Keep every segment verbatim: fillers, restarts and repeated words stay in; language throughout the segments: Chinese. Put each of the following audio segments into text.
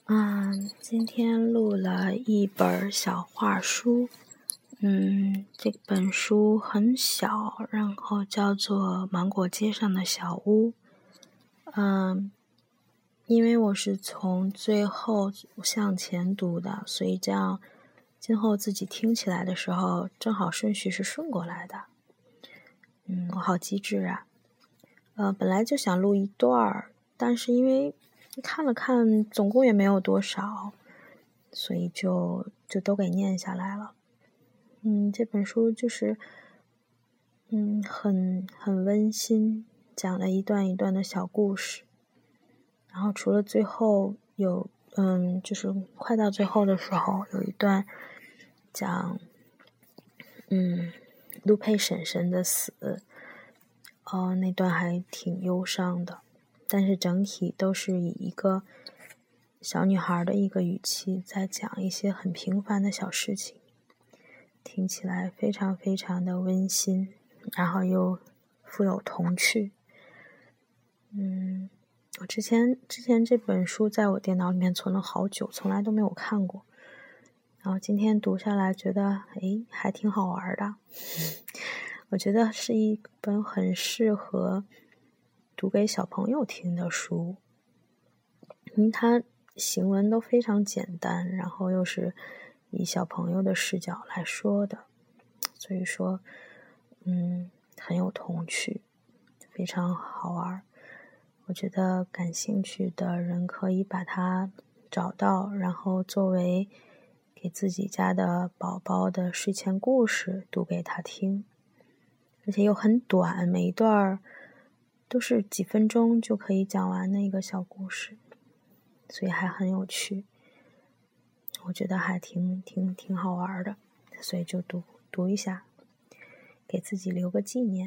嗯，今天录了一本小画书，嗯，这本书很小，然后叫做《芒果街上的小屋》。嗯，因为我是从最后向前读的，所以这样今后自己听起来的时候，正好顺序是顺过来的。嗯，我好机智啊！呃，本来就想录一段儿，但是因为看了看，总共也没有多少，所以就就都给念下来了。嗯，这本书就是，嗯，很很温馨，讲了一段一段的小故事。然后除了最后有，嗯，就是快到最后的时候，有一段讲，嗯，陆佩婶婶的死，哦，那段还挺忧伤的。但是整体都是以一个小女孩的一个语气在讲一些很平凡的小事情，听起来非常非常的温馨，然后又富有童趣。嗯，我之前之前这本书在我电脑里面存了好久，从来都没有看过，然后今天读下来觉得诶还挺好玩的。我觉得是一本很适合读给小朋友听的书，因为它行文都非常简单，然后又是以小朋友的视角来说的，所以说嗯很有童趣，非常好玩。我觉得感兴趣的人可以把它找到，然后作为给自己家的宝宝的睡前故事读给他听，而且又很短，每一段都是几分钟就可以讲完的一个小故事，所以还很有趣，我觉得还挺挺挺好玩的，所以就读读一下，给自己留个纪念。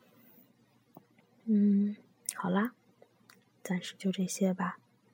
嗯，好啦，暂时就这些吧。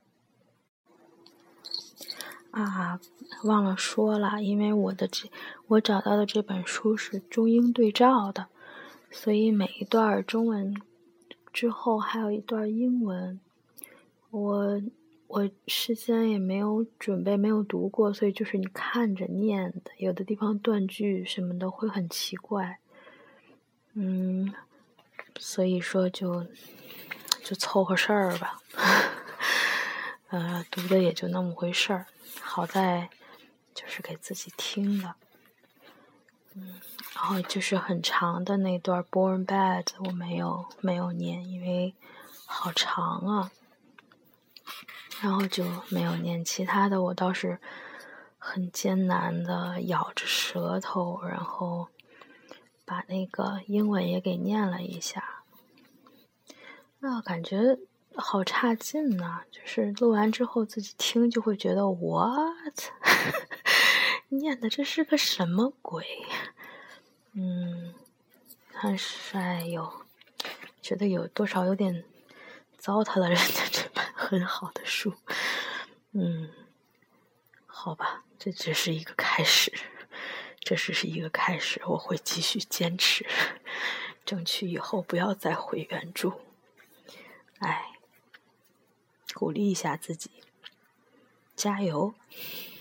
啊，忘了说了，因为我的这我找到的这本书是中英对照的，所以每一段中文之后还有一段英文。我我事先也没有准备，没有读过，所以就是你看着念的，有的地方断句什么的会很奇怪。嗯，所以说就就凑合事儿吧。呃，读的也就那么回事儿，好在就是给自己听的。嗯，然后就是很长的那段 Born Bad 我没有没有念，因为好长啊，然后就没有念。其他的我倒是很艰难的咬着舌头，然后把那个英文也给念了一下。啊，感觉好差劲呐！就是录完之后自己听就会觉得 what 念的这是个什么鬼？嗯，但是哎呦，觉得有多少有点糟蹋了人家这本很好的书。嗯，好吧，这只是一个开始，这只是一个开始，我会继续坚持，争取以后不要再回原著。哎，鼓励一下自己，加油！